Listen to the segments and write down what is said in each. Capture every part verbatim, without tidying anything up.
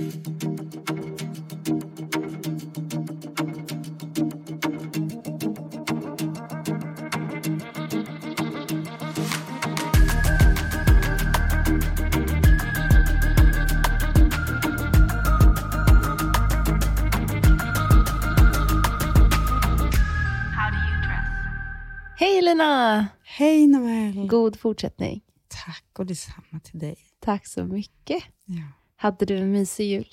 Hej Lina! Hej Noel! God fortsättning. Tack, och detsamma till dig. Tack så mycket. Ja. Hade du en mysig jul?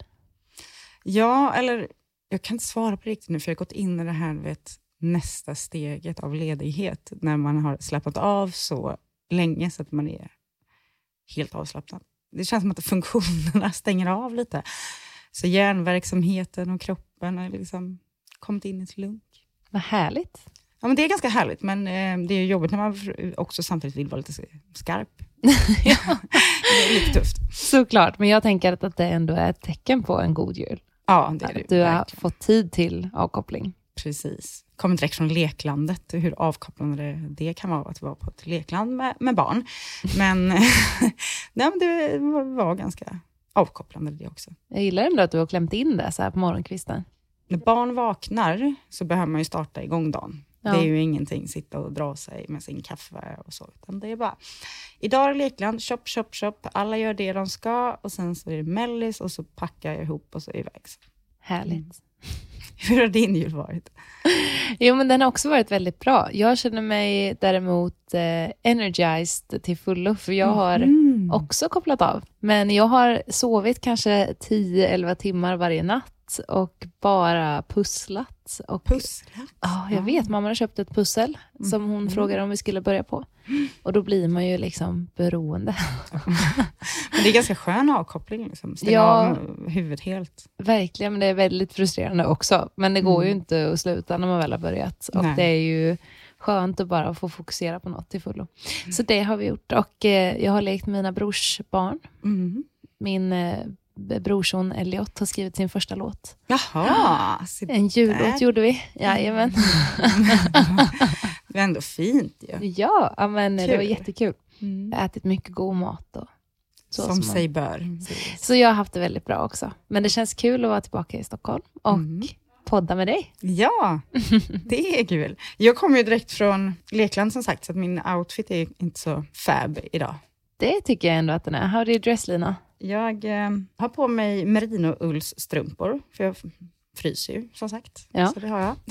Ja, eller jag kan inte svara på riktigt nu, för jag har gått in i det här vet, nästa steget av ledighet. När man har slappnat av så länge så att man är helt avslappnad. Det känns som att funktionerna stänger av lite. Så hjärnverksamheten och kroppen har liksom kommit in i ett lugn. Vad härligt. Ja, men det är ganska härligt, men eh, det är jobbigt när man också samtidigt vill vara lite skarp. Ja. Det är lite tufft. Såklart, men jag tänker att det ändå är ett tecken på en god jul. Ja, det är det. Att du har fått tid till avkoppling. Precis. Kommer direkt från leklandet. Hur avkopplande det kan vara att vara på ett lekland med, med barn. Men, nej, men det var ganska avkopplande det också. Jag gillar ändå att du har klämt in det så här på morgonkvisten. När barn vaknar så behöver man ju starta igång dagen. Ja. Det är ju ingenting sitta och dra sig med sin kaffe och så. Utan det är bara, idag är det lekland, shop, shop, shop. Alla gör det de ska och sen så är det mellis och så packar jag ihop och så är jag iväg. Härligt. Mm. Hur har din jul varit? Jo, men den har också varit väldigt bra. Jag känner mig däremot eh, energized till fullo, för jag har mm. också kopplat av. Men jag har sovit kanske tio elva timmar varje natt och bara pusslat. Och, pusslat? Ja, jag vet. Mamma har köpt ett pussel mm. som hon mm. frågade om vi skulle börja på. Och då blir man ju liksom beroende. Men det är ganska skön avkoppling. Liksom. Ställa ja, av huvudet helt. Verkligen, men det är väldigt frustrerande också. Men det går mm. ju inte att sluta när man väl har börjat. Och Nej. Det är ju skönt att bara få fokusera på något till fullo. Mm. Så det har vi gjort. Och eh, jag har lekt med mina brors barn. Mm. Min eh, brorson Elliot har skrivit sin första låt. Jaha. En jullåt gjorde vi. Jajamän. Det var ändå fint. Ja, ja men det var jättekul. Mm. Jag har ätit mycket god mat. Och så som, som sig bör. Så jag har haft det väldigt bra också. Men det känns kul att vara tillbaka i Stockholm. Och mm. podda med dig. Ja, det är kul. Jag kommer ju direkt från lekland som sagt. Så att min outfit är inte så fab idag. Det tycker jag ändå att den är. How do you dress, Lina? Jag eh, har på mig merino-ullsstrumpor. För jag fryser ju, som sagt. Ja. Så det har jag.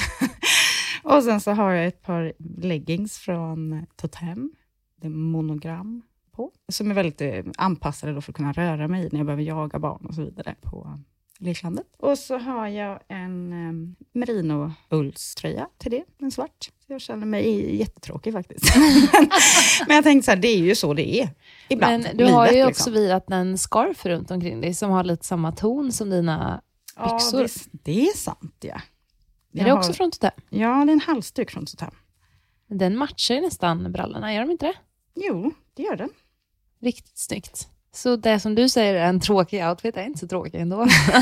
Och sen så har jag ett par leggings från Totem. Det är monogram på. Som är väldigt eh, anpassade då för att kunna röra mig när jag behöver jaga barn och så vidare på leklandet. Och så har jag en eh, merino-ullströja till det. En svart. Så jag känner mig jättetråkig faktiskt. Men jag tänkte så här, det är ju så det är. Ibland. Men du har livet, ju också liksom virat en scarf runt omkring dig som har lite samma ton som dina byxor. Ja, det, det är sant, ja. Jag är det också har, från Totem? Ja, det är en halsduk från Totem. Den matchar ju nästan brallorna, gör de inte det? Jo, det gör den. Riktigt snyggt. Så det som du säger är en tråkig outfit är inte så tråkig ändå.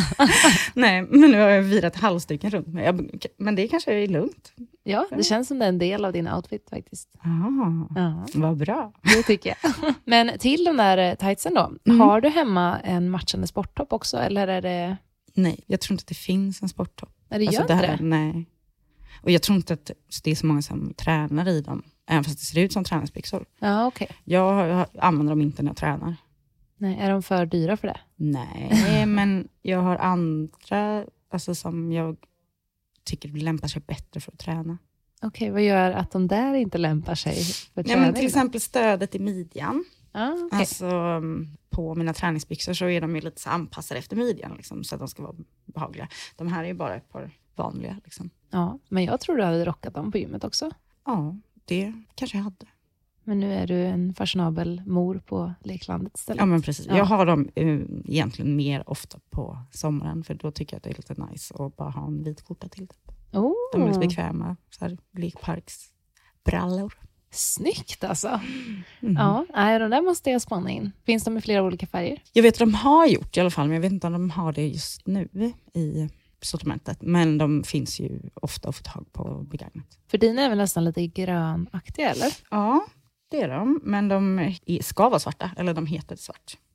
Nej, men nu har jag virat halsduken runt mig. Men det kanske är lugnt. Ja, det känns som det är en del av din outfit faktiskt. Ah, ja, vad bra. Det tycker jag. Men till de där tightsen då. Mm. Har du hemma en matchande sporttopp också? Eller är det... Nej, jag tror inte att det finns en sporttopp. Nej, det gör alltså, inte det? Här, det? Nej. Och jag tror inte att det är så många som tränar i dem. Även fast det ser ut som träningsbyxor. Ja, okej. Okay. Jag använder dem inte när jag tränar. Nej, är de för dyra för det? Nej, men jag har andra alltså, som jag tycker lämpar sig bättre för att träna. Okej, okay, vad gör att de där inte lämpar sig för träning? Ja, men till exempel stödet i midjan. Ah, okay. Alltså på mina träningsbyxor så är de ju lite så anpassade efter midjan liksom, så att de ska vara behagliga. De här är ju bara ett par vanliga. Liksom. Ja, men jag tror du hade rockat dem på gymmet också. Ja, det kanske jag hade. Men nu är du en fashionabel mor på leklandet istället. Ja, men precis. Ja. Jag har dem uh, egentligen mer ofta på sommaren. För då tycker jag att det är lite nice att bara ha en vit skjorta till. Oh. De är lite bekväma. Så här lekparksbrallor. Snyggt alltså. Mm. Ja, nej, de där måste jag spana in. Finns de i flera olika färger? Jag vet att de har gjort i alla fall. Men jag vet inte om de har det just nu i sortimentet. Men de finns ju ofta att få tag på begagnat. För dina är väl nästan lite grönaktiga, eller? Ja, det är de. Men de ska vara svarta. Eller de heter svart.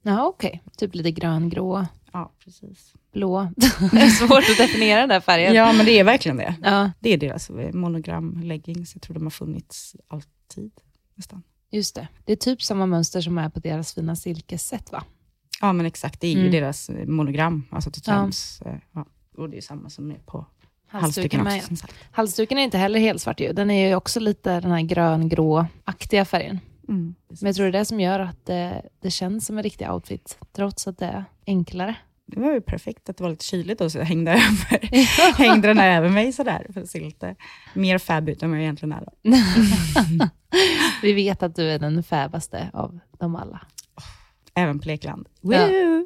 Ja, okej. Okay. Typ lite gröngrå. Ja, precis. Blå. Det är svårt att definiera den där färgen. Ja, men det är verkligen det. Ja. Det är deras monogram leggings. Jag tror de har funnits alltid nästan. Just det. Det är typ samma mönster som är på deras fina silkesset, va? Ja, men exakt. Det är mm. ju deras monogram. Alltså Totems. Ja. Ja. Och det är samma som är på halsduken också. Med, ja. Halsduken är inte heller helt svart ju. Den är ju också lite den här grön-grå-aktiga färgen. Mm, men jag tror det är det som gör att det, det känns som en riktig outfit. Trots att det är enklare. Det var ju perfekt att det var lite kyligt och så hängde, över, hängde den över mig sådär. För att se lite mer fab ut än vad jag egentligen är. Vi vet att du är den fäbaste av dem alla. Även på Lekland. Ja.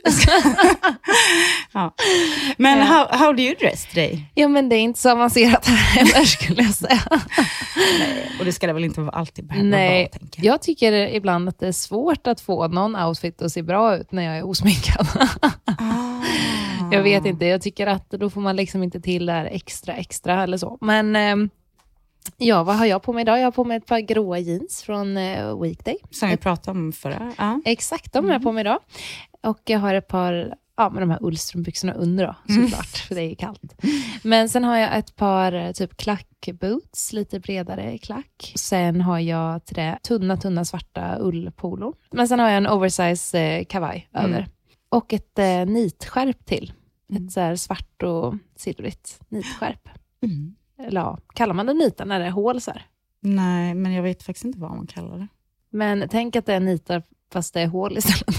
Ja. Men ja. how, how do you dress today? Ja, men det är inte så avancerat här heller, skulle jag säga. Nej, och det ska det väl inte alltid behöva Nej, vara, tänker jag. Jag tycker ibland att det är svårt att få någon outfit att se bra ut när jag är osminkad. Ah. Jag vet inte, jag tycker att då får man liksom inte till det här extra extra eller så. Men eh, ja, vad har jag på mig idag? Jag har på mig ett par gråa jeans från eh, Weekday. Som vi pratade om förra. Ja. Exakt, de har jag på mig idag. Och jag har ett par, ja, med de här ullstrumpbyxorna under då, såklart, mm. för det är kallt. Men sen har jag ett par typ klackboots, lite bredare klack. Sen har jag tre tunna, tunna svarta ullpolon. Men sen har jag en oversize eh, kavaj mm. över. Och ett eh, nitskärp till. Mm. Ett så här svart och silvrigt nitskärp. Mm. Eller ja, kallar man det nitar när det är hål så här? Nej, men jag vet faktiskt inte vad man kallar det. Men tänk att det är nitar fast det är hål istället.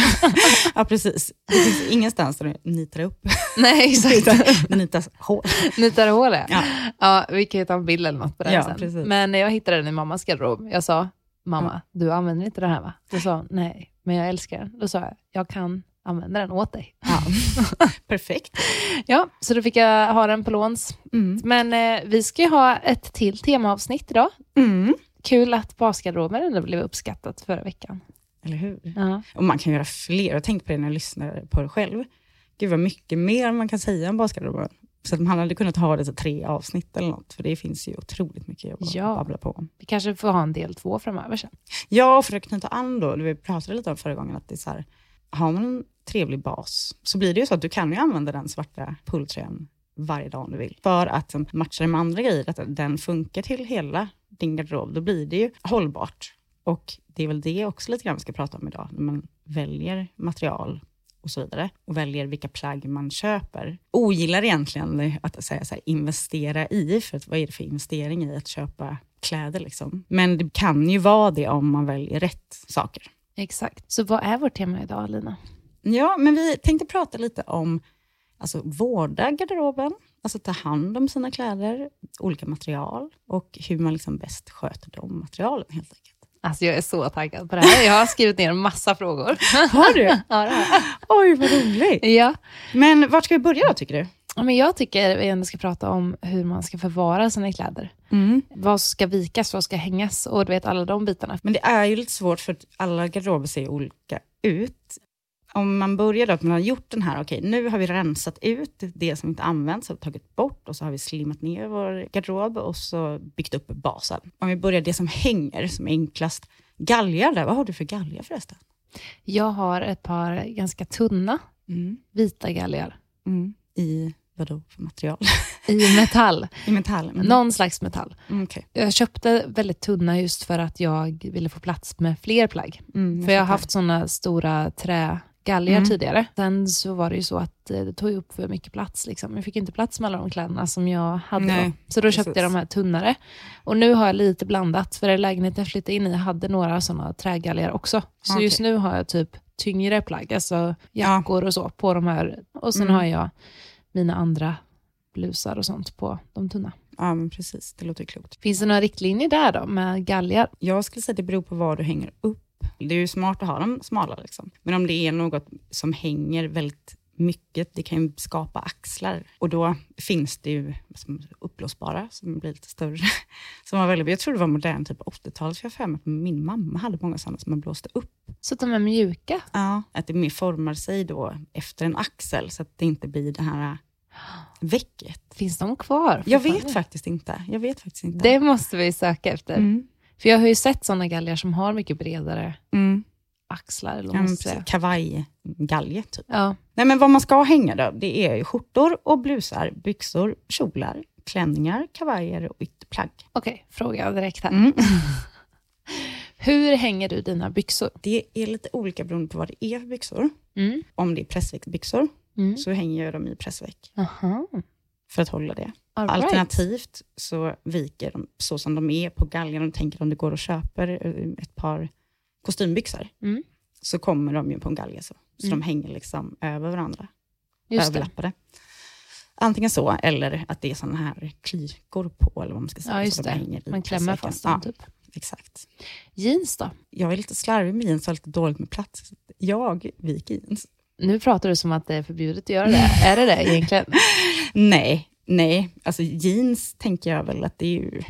Ja, precis. Det finns ingenstans där det nitar upp. Nej, exakt. Det nitas hål. Nitar hål, ja. Ja. Ja, vi kan ju ta en bild eller något på det ja, sen. Precis. Men jag hittade den i mammas garderob. Jag sa, mamma, ja. du använder inte det här, va? Du sa, nej, men jag älskar den. Då sa jag, jag kan använda den åt dig. Ja. Perfekt. Ja, så då fick jag ha den på låns. Mm. Men eh, vi ska ju ha ett till temaavsnitt idag. Mm. Kul att basgarderoben ändå blev uppskattat förra veckan. Eller hur? Ja. Och man kan göra fler. Jag tänkte på det när jag lyssnade på det själv. Gud vad mycket mer man kan säga om basgarderoben. Så att man hade kunnat ha det så tre avsnitt eller något. För det finns ju otroligt mycket jobb att ja. babbla på. Vi kanske får ha en del två framöver sen. Ja, för att knyta an då. Vi pratade lite om förra gången att det är så här. Har man en trevlig bas så blir det ju så att du kan ju använda den svarta pulltröjan varje dag om du vill. För att matcha med andra grejer, att den funkar till hela din garderob. Då blir det ju hållbart. Och det är väl det också lite grann vi ska prata om idag. När man väljer material och så vidare. Och väljer vilka plagg man köper. Ogillar egentligen att säga så här, investera i. För att, vad är det för investering i att köpa kläder liksom. Men det kan ju vara det om man väljer rätt saker. Exakt. Så vad är vårt tema idag, Lina? Ja, men vi tänkte prata lite om alltså, vårda garderoben. Alltså ta hand om sina kläder, olika material. Och hur man liksom bäst sköter de materialen helt enkelt. Alltså jag är så taggad på det här. Jag har skrivit ner en massa frågor. Har du? Ja, det har jag. Oj, vad roligt. Ja. Men vart ska vi börja då, tycker du? Ja, men jag tycker vi ändå ska prata om hur man ska förvara sina kläder. Mm. Vad ska vikas, vad ska hängas och du vet alla de bitarna. Men det är ju lite svårt för att alla garderober ser olika ut. Om man börjar då att man har gjort den här, okej, nu har vi rensat ut det som inte används och tagit bort och så har vi slimmat ner vår garderob och så byggt upp basen. Om vi börjar det som hänger, som är enklast, galgar där. Vad har du för galgar förresten? Jag har ett par ganska tunna mm. vita galgar. Mm. I vadå för material? I metall. I metall. Mm. Någon slags metall. Mm, okay. Jag köpte väldigt tunna just för att jag ville få plats med fler plagg. Mm, för jag har haft sådana stora trägalgar mm. tidigare. Sen så var det ju så att det tog upp för mycket plats. Liksom. Jag fick inte plats med alla de kläderna som jag hade. Nej, då. Så då köpte precis. jag de här tunnare. Och nu har jag lite blandat. För lägenheten jag flyttade in i hade några sådana trägalgar också. Så okay. just nu har jag typ tyngre plagg. Alltså jackor ja. och så på de här. Och sen mm. har jag mina andra blusar och sånt på de tunna. Ja, men precis. Det låter klokt. Finns det några riktlinjer där då med galgar? Jag skulle säga att det beror på var du hänger upp. Det är ju smart att ha dem smala liksom. Men om det är något som hänger väldigt mycket, det kan ju skapa axlar. Och då finns det ju som uppblåsbara som blir lite större. Som var väldigt, jag tror det var modern typ åttiotalet. För jag har för mig att min mamma hade många sådana som man blåste upp. Så att de är mjuka? Ja, att det mer formar sig då efter en axel. Så att det inte blir det här väcket. Finns de kvar? Jag vet fan? faktiskt inte. Jag vet faktiskt inte. Det måste vi söka efter. Mm. För jag har ju sett sådana galgar som har mycket bredare mm. axlar. Eller vad man ska säga. Kavajgalge typ. Ja. Nej, men vad man ska hänga då, det är ju skjortor och blusar, byxor, kjolar, klänningar, kavajer och ytterplagg. Okej, okay, fråga direkt här. Mm. Hur hänger du dina byxor? Det är lite olika beroende på vad det är för byxor. Mm. Om det är pressväcksbyxor mm. så hänger jag dem i pressväck. Aha. För att hålla det. All Alternativt right. så viker de så som de är på galgen. Och tänker om du går och köper ett par kostymbyxor. Mm. Så kommer de ju på en galge så. Så mm. de hänger liksom över varandra. Just överlappade. Det. Antingen så, eller att det är sådana här klykor på. Eller vad man ska säga. Ja, just så det. De man klämmer fast dem ja, typ. Exakt. Jeans då? Jag är lite slarvig med jeans och lite dåligt med plats. Jag viker jeans. Nu pratar du som att det är förbjudet att göra det. Är det det egentligen? Nej, nej. Alltså jeans tänker jag väl att det är ju...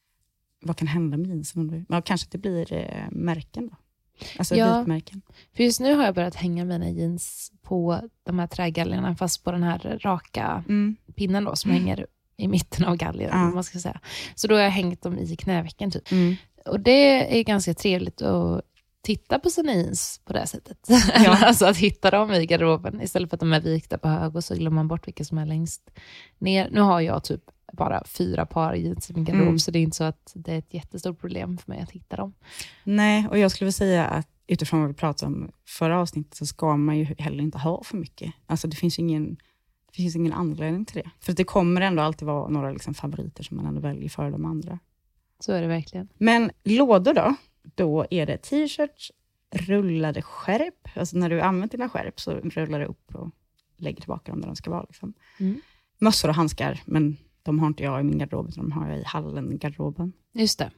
Vad kan hända med jeans? Ja, kanske det blir eh, märken då. Alltså ja, vitmärken. För just nu har jag börjat hänga mina jeans på de här trägallerna fast på den här raka mm. pinnen då som mm. hänger i mitten av galgen. Ja. Man ska säga. Så då har jag hängt dem i knävecken typ. Mm. Och det är ganska trevligt att titta på sina jeans på det sättet. Ja. Alltså att hitta dem i garderoben istället för att de är vikta på hög och så glömmer man bort vilka som är längst ner. Nu har jag typ bara fyra par jeans i min garderob mm. så det är inte så att det är ett jättestort problem för mig att hitta dem. Nej, och jag skulle vilja säga att utifrån vad vi pratade om förra avsnittet så ska man ju heller inte ha för mycket. Alltså det finns ju ingen, det finns ingen anledning till det. För det kommer ändå alltid vara några liksom favoriter som man ändå väljer för de andra. Så är det verkligen. Men lådor då? Då är det t-shirts, rullade skärp. Alltså när du använder dina skärp så rullar du upp och lägger tillbaka dem där de ska vara. Liksom. Mm. Mössor och handskar, men de har inte jag i min garderob, utan de har jag i hallen, garderoben. Just det.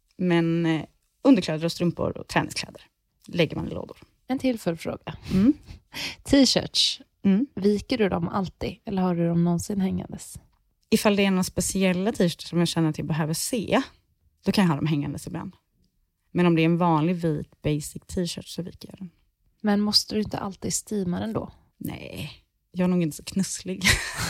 Men eh, underkläder och strumpor och träningskläder lägger man i lådor. En till följdfråga. Mm. T-shirts, mm. viker du dem alltid? Eller har du dem någonsin hängandes? Ifall det är några speciella t-shirts som jag känner att jag behöver se, då kan jag ha dem hängandes ibland. Men om det är en vanlig vit basic t-shirt så viker jag den. Men måste du inte alltid steama den då? Nej, jag är nog inte så knusslig.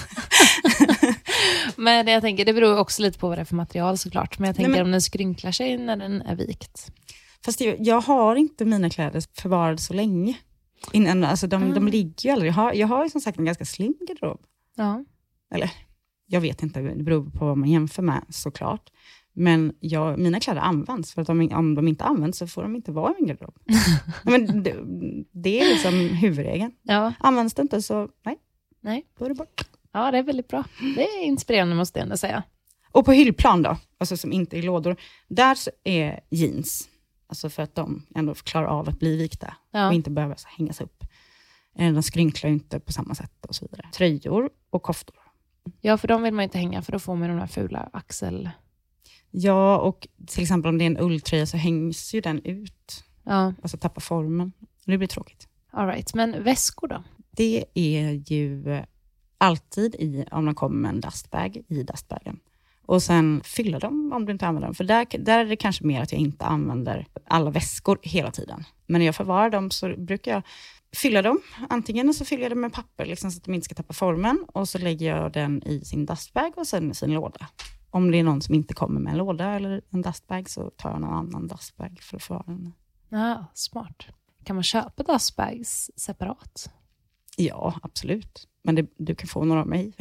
Men jag tänker, det beror också lite på vad det är för material såklart. Men jag tänker Nej, men... om den skrynklar sig när den är vikt. Fast jag, jag har inte mina kläder förvarade så länge. Innan, alltså de, mm. de ligger ju aldrig. Jag har, jag har ju som sagt en ganska slim garderob. Ja. Eller, jag vet inte, det beror på vad man jämför med såklart. Men jag, mina kläder används. För att om, om de inte används så får de inte vara i min garderob. Men det, det är liksom huvudregeln. Ja. Används det inte så nej, nej. Då är det bort. Ja, det är väldigt bra. Det är inspirerande måste jag ändå säga. Och på hyllplan då, alltså som inte är lådor, där är jeans. Alltså för att de ändå klarar av att bli vikta ja. Och inte behöver hängas upp. De skrynklar inte på samma sätt och så vidare. Tröjor och koftor. Ja, för de vill man inte hänga för då får man de här fula axel... Ja, och till exempel om det är en ulltröja så hängs ju den ut. Ja. Alltså tappar formen. Det blir tråkigt. All right. Men väskor då? Det är ju alltid i, om de kommer med en dustbag, i dustbagen. Och sen fylla dem om du inte använder dem. För där, där är det kanske mer att jag inte använder alla väskor hela tiden. Men när jag förvarar dem så brukar jag fylla dem. Antingen så fyller jag dem med papper liksom, så att de inte ska tappa formen. Och så lägger jag den i sin dustbag och sen i sin låda. Om det är någon som inte kommer med en låda eller en dustbag så tar jag någon annan dustbag för att förvara den. Ja, smart. Kan man köpa dustbags separat? Ja, absolut. Men det, du kan få några av mig.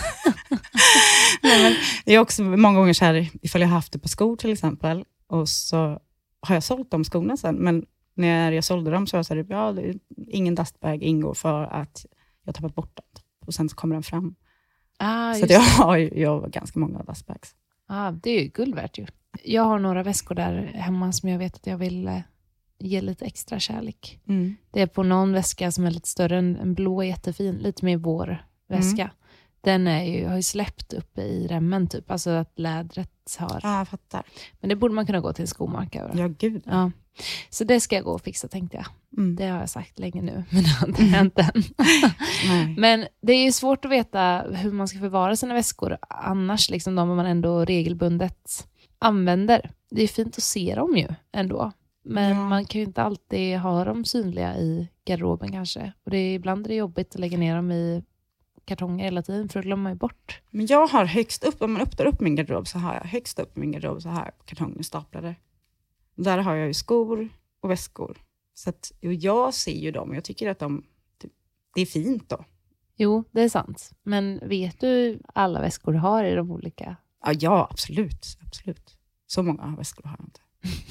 Nej, men det är också många gånger så här, ifall jag har haft det på skor till exempel. Och så har jag sålt de skorna sen. Men när jag sålde dem så var jag så här, ja, det, ingen dustbag ingår för att jag har tappat bort den. Och sen så kommer den fram. Ah, så att jag har ju jag har ganska många dustbags. Ah, det är ju guld värt ju. Jag har några väskor där hemma som jag vet att jag vill eh, ge lite extra kärlek. Mm. Det är på någon väska som är lite större. En, en blå jättefin, lite mer vår väska. Mm. Den är ju, har ju släppt uppe i remmen typ. Alltså att lädret har... Ja, jag fattar. Men det borde man kunna gå till en skomakare. Ja, gud. Ja. Så det ska jag gå och fixa tänkte jag. Mm. Det har jag sagt länge nu. Men det har inte mm. hänt än. Men det är ju svårt att veta hur man ska förvara sina väskor. Annars liksom de man ändå regelbundet använder. Det är fint att se dem ju ändå. Men ja. Man kan ju inte alltid ha dem synliga i garderoben kanske. Och det är, ibland är det jobbigt att lägga ner dem i kartonger hela tiden för att glömma bort. Men jag har högst upp, om man öppnar upp min garderob så har jag högst upp min garderob så här kartonger staplade. Där har jag ju skor och väskor Så att, och jag ser ju dem och jag tycker att de, det är fint då. Jo, det är sant. Men vet du alla väskor du har i de olika? Ja, ja absolut. absolut. Så många väskor har jag inte.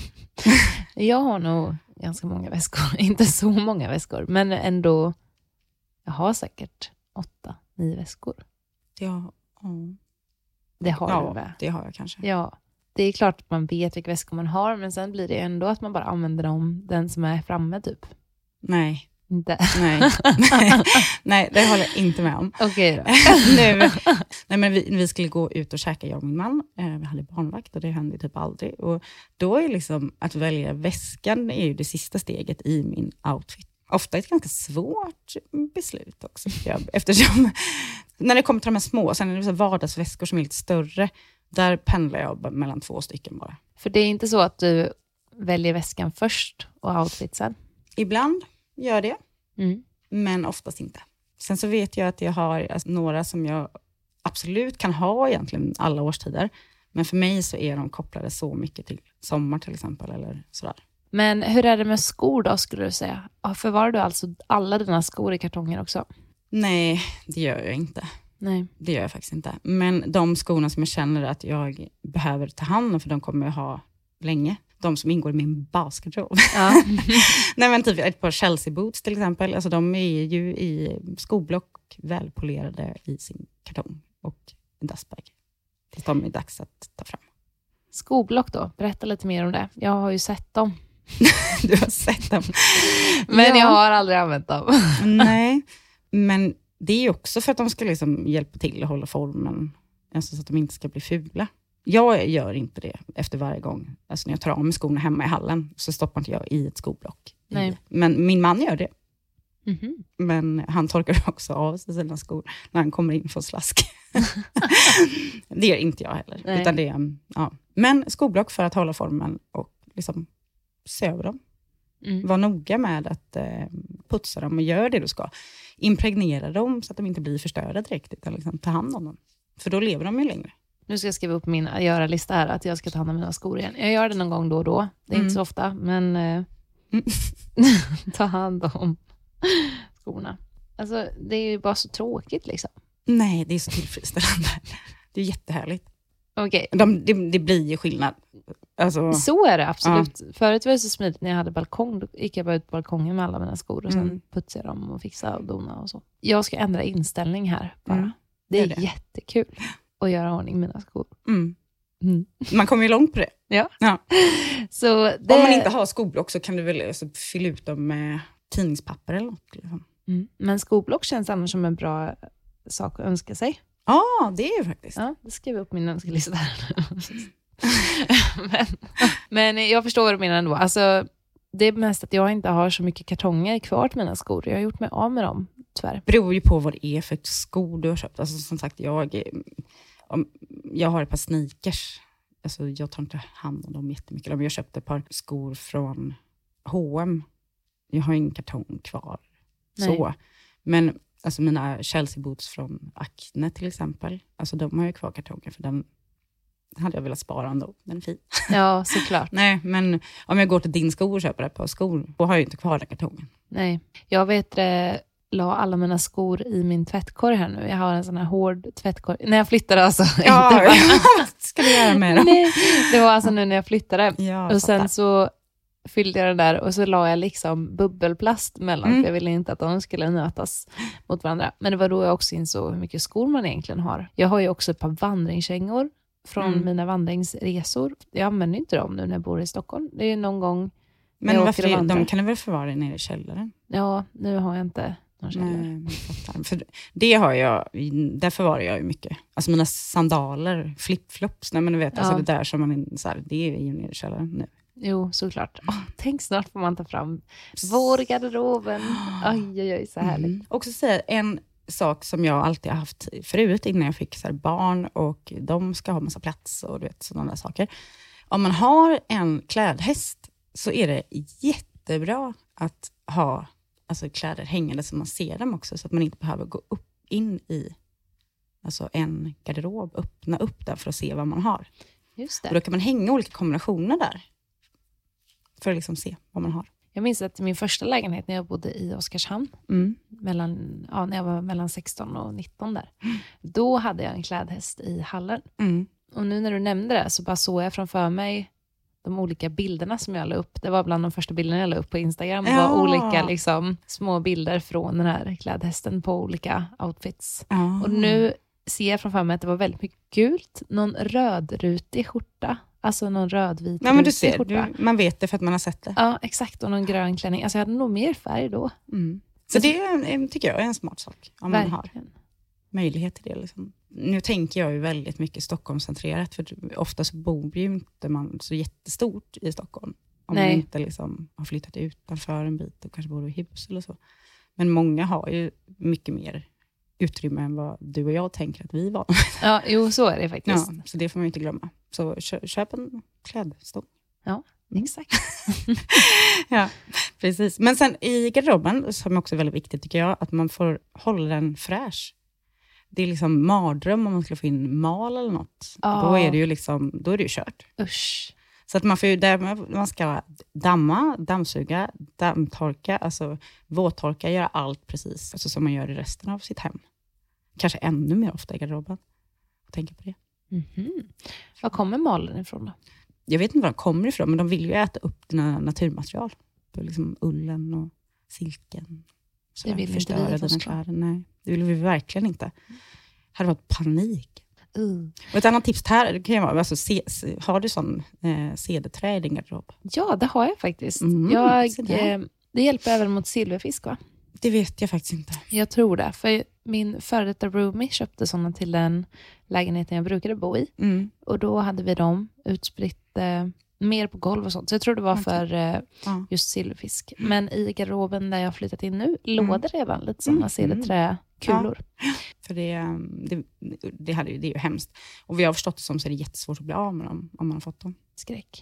Jag har nog ganska många väskor. Inte så många väskor. Men ändå, jag har säkert åtta, nio väskor. Ja, ja. Det har ja, du väl? det har jag kanske. Ja, det är klart att man vet vilka väskor man har. Men sen blir det ändå att man bara använder dem, den som är framme typ. Nej. Inte. Nej. Nej, det håller jag inte med om. Okej då. Nej, nej, men vi, vi skulle gå ut och käka, jag och min man. Eh, vi hade barnvakt och det hände typ aldrig. Och då är liksom att välja väskan är ju det sista steget i min outfit. Ofta ett ganska svårt beslut också. Eftersom när det kommer till de här små, sen är det så vardagsväskor som är lite större. Där pendlar jag mellan två stycken bara. För det är inte så att du väljer väskan först och outfitsen? Ibland gör det. Mm. Men oftast inte. Sen så vet jag att jag har alltså, några som jag absolut kan ha egentligen alla årstider. Men för mig så är de kopplade så mycket till sommar till exempel. Eller sådär. Men hur är det med skor då skulle du säga? Förvarar du alltså alla dina skor i kartonger också? Nej, det gör jag inte. Nej. Det gör jag faktiskt inte. Men de skorna som jag känner att jag behöver ta hand om, för de kommer jag ha länge. De som ingår i min basgarderob. Ja. Nej men typ ett par Chelsea boots till exempel. Alltså de är ju i skoblock välpolerade i sin kartong. Och en dustbag. Tills de är dags att ta fram. Skoblock då? Berätta lite mer om det. Jag har ju sett dem. Du har sett dem. Men ja. Jag har aldrig använt dem. Nej, men det är ju också för att de ska liksom hjälpa till att hålla formen. Alltså så att de inte ska bli fula. Jag gör inte det efter varje gång. Alltså när jag tar av mig skorna hemma i hallen så stoppar inte jag i ett skoblock. Nej. Men min man gör det. Mm-hmm. Men han torkar också av sig sina skor när han kommer in från slask. Det gör inte jag heller. Nej. Utan det är, ja. Men skoblock för att hålla formen och liksom se över dem. Mm. Var noga med att eh, putsa dem och gör det du ska. Impregnera dem så att de inte blir förstörda direkt. Utan liksom ta hand om dem. För då lever de ju längre. Nu ska jag skriva upp min göra-lista här att jag ska ta hand om mina skor igen. Jag gör det någon gång då och då. Det är mm. inte så ofta, men eh, mm. ta hand om skorna. Alltså, det är ju bara så tråkigt liksom. Nej, det är så tillfredsställande. Det är jättehärligt. Okej. Okay. De, det, det blir ju skillnad. Alltså, så är det absolut. Ja. Förut var det så smidigt när jag hade balkong. Då gick jag bara ut på balkongen med alla mina skor och mm. sen putsade jag dem och fixade och dona och så. Jag ska ändra inställning här bara. Mm. Det är det. Jättekul att göra ordning mina skor. Mm. Mm. Man kommer ju långt på det. Ja. ja. Så det... Om man inte har skoblock så kan du väl alltså, fylla ut dem med tidningspapper eller något. Liksom. Mm. Men skoblock känns annars som en bra sak att önska sig. Ja, ah, det är ju faktiskt. Ja, det skriver upp min önskelista här. men, men jag förstår vad du menar ändå. Alltså, det är mest att jag inte har så mycket kartonger kvar till mina skor. Jag har gjort mig av med dem, tyvärr. Det beror ju på vad det är för skor du har köpt. Alltså, som sagt, jag, om, jag har ett par sneakers. Alltså, jag tar inte hand om dem jättemycket. Jag köpte ett par skor från H och M. Jag har ingen kartong kvar. Nej. Så. Men alltså mina Chelsea boots från Acne till exempel. Alltså de har ju kvar kartongen för den hade jag velat spara ändå. Den är fin. Ja, såklart. Nej, men om jag går till din skor och köper ett par skor, då har jag ju inte kvar den kartongen. Nej, jag vet det. La alla mina skor i min tvättkorg här nu. Jag har en sån här hård tvättkorg. När jag flyttade alltså. Ja, inte vad ska du göra med dem? Nej, det var alltså nu när jag flyttade. Ja, och sen så fyllde jag den där och så la jag liksom bubbelplast mellan. Mm. För jag ville inte att de skulle nötas mot varandra. Men det var då jag också insåg hur mycket skor man egentligen har. Jag har ju också ett par vandringskängor från mm. mina vandringsresor. Jag använder inte dem nu när jag bor i Stockholm. Det är någon gång. Men varför är, de kan du väl förvara nere i källaren? Ja, nu har jag inte någon källare. Nej, för det har jag, där förvarar jag ju mycket. Alltså mina sandaler, flipflops, nej men du vet, ja. Alltså det där som man, så här, det är ju nere i källaren nu. Jo, såklart. Oh, tänk snart får man ta fram vår garderoben. Oj, oj, oj, så härligt. Mm. Också säga en sak som jag alltid har haft förut innan jag fick så här barn och de ska ha massa plats och du vet, sådana där saker. Om man har en klädhäst så är det jättebra att ha alltså, kläder hängande så man ser dem också så att man inte behöver gå upp in i alltså, en garderob, öppna upp den för att se vad man har. Just det. Och då kan man hänga olika kombinationer där. För att liksom se vad man har. Jag minns att min första lägenhet när jag bodde i Oskarshamn, Mm. mellan, ja, när jag var mellan sexton och nitton där, då hade jag en klädhäst i hallen. Mm. Och nu när du nämnde det så bara såg jag framför mig de olika bilderna som jag la upp. Det var bland de första bilderna jag la upp på Instagram. Det Ja. var olika liksom, små bilder från den här klädhästen på olika outfits. Ja. Och nu ser jag framför mig att det var väldigt mycket gult. Någon rödrutig skjorta. Alltså någon rödvit Ja, men du rutig ser, skjorta. du, man vet det för att man har sett det. Ja, exakt. Och någon grön klänning. Alltså jag hade nog mer färg då. Mm. Så det är, tycker jag är en smart sak. Om man har Verkligen. möjlighet till det. Liksom. Nu tänker jag ju väldigt mycket Stockholmscentrerat. För ofta så bor ju inte man så jättestort i Stockholm. Om Nej. man inte liksom har flyttat utanför en bit och kanske bor i hus eller så. Men många har ju mycket mer utrymme än vad du och jag tänker att vi var. Ja, jo, så är det faktiskt. Ja, så det får man ju inte glömma. Så kö- köp en klädstång. Ja, exakt. Ja, precis. Men sen i garderoben, som också är väldigt viktigt tycker jag, att man får hålla den fräsch. Det är liksom mardröm om man skulle få in mal eller något. Ja. Då är det ju liksom, då är det ju kört. Usch. Så att man får ju, där man ska damma, dammsuga, dammtorka, alltså våttorka, göra allt precis. Alltså som man gör i resten av sitt hem. Kanske ännu mer ofta i garderoben. Tänka på det. Mhm. Var kommer malen ifrån då? Jag vet inte var de kommer ifrån, men de vill ju äta upp dina naturmaterial. Liksom ullen och silken. Så Det vill inte förstöra vi i dina Fosco. kläder. Nej, det vill vi verkligen inte. Det hade varit panik. Uh. Och ett annat tips här det kan ju vara, alltså, se, se, har du sån eh, cederträ i din garderob? Ja, det har jag faktiskt. Mm, jag, så där. eh, det hjälper även mot silverfisk, va? Det vet jag faktiskt inte. Jag tror det. För min före detta roomie köpte sådana till den lägenheten jag brukade bo i. Mm. Och då hade vi dem utspritt eh, mer på golv och sånt. Så jag tror det var Okej. för eh, Ja. just silverfisk. Men i garderoben där jag har flyttat in nu låg det redan lite sådana Mm. cederträkulor. För det, det, det, hade, ju- det är ju hemskt. Och vi har förstått det som så är det jättesvårt att bli av med dem om man har fått dem. Skräck.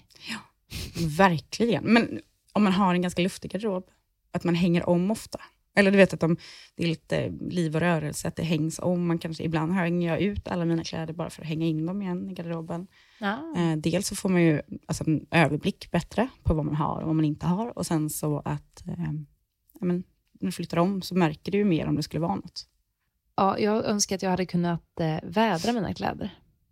Verkligen. Men om man har en ganska luftig garderob, att man hänger om ofta. Eller du vet att de, det är lite liv och rörelse, att det hängs om. Man kanske, ibland hänger jag ut alla mina kläder bara för att hänga in dem igen i garderoben. Ja. Eh, dels så får man ju alltså, en överblick bättre på vad man har och vad man inte har. Och sen så att eh, ja, men, när du flyttar om så märker du ju mer om det skulle vara något. Ja, jag önskar att jag hade kunnat eh, vädra mina kläder.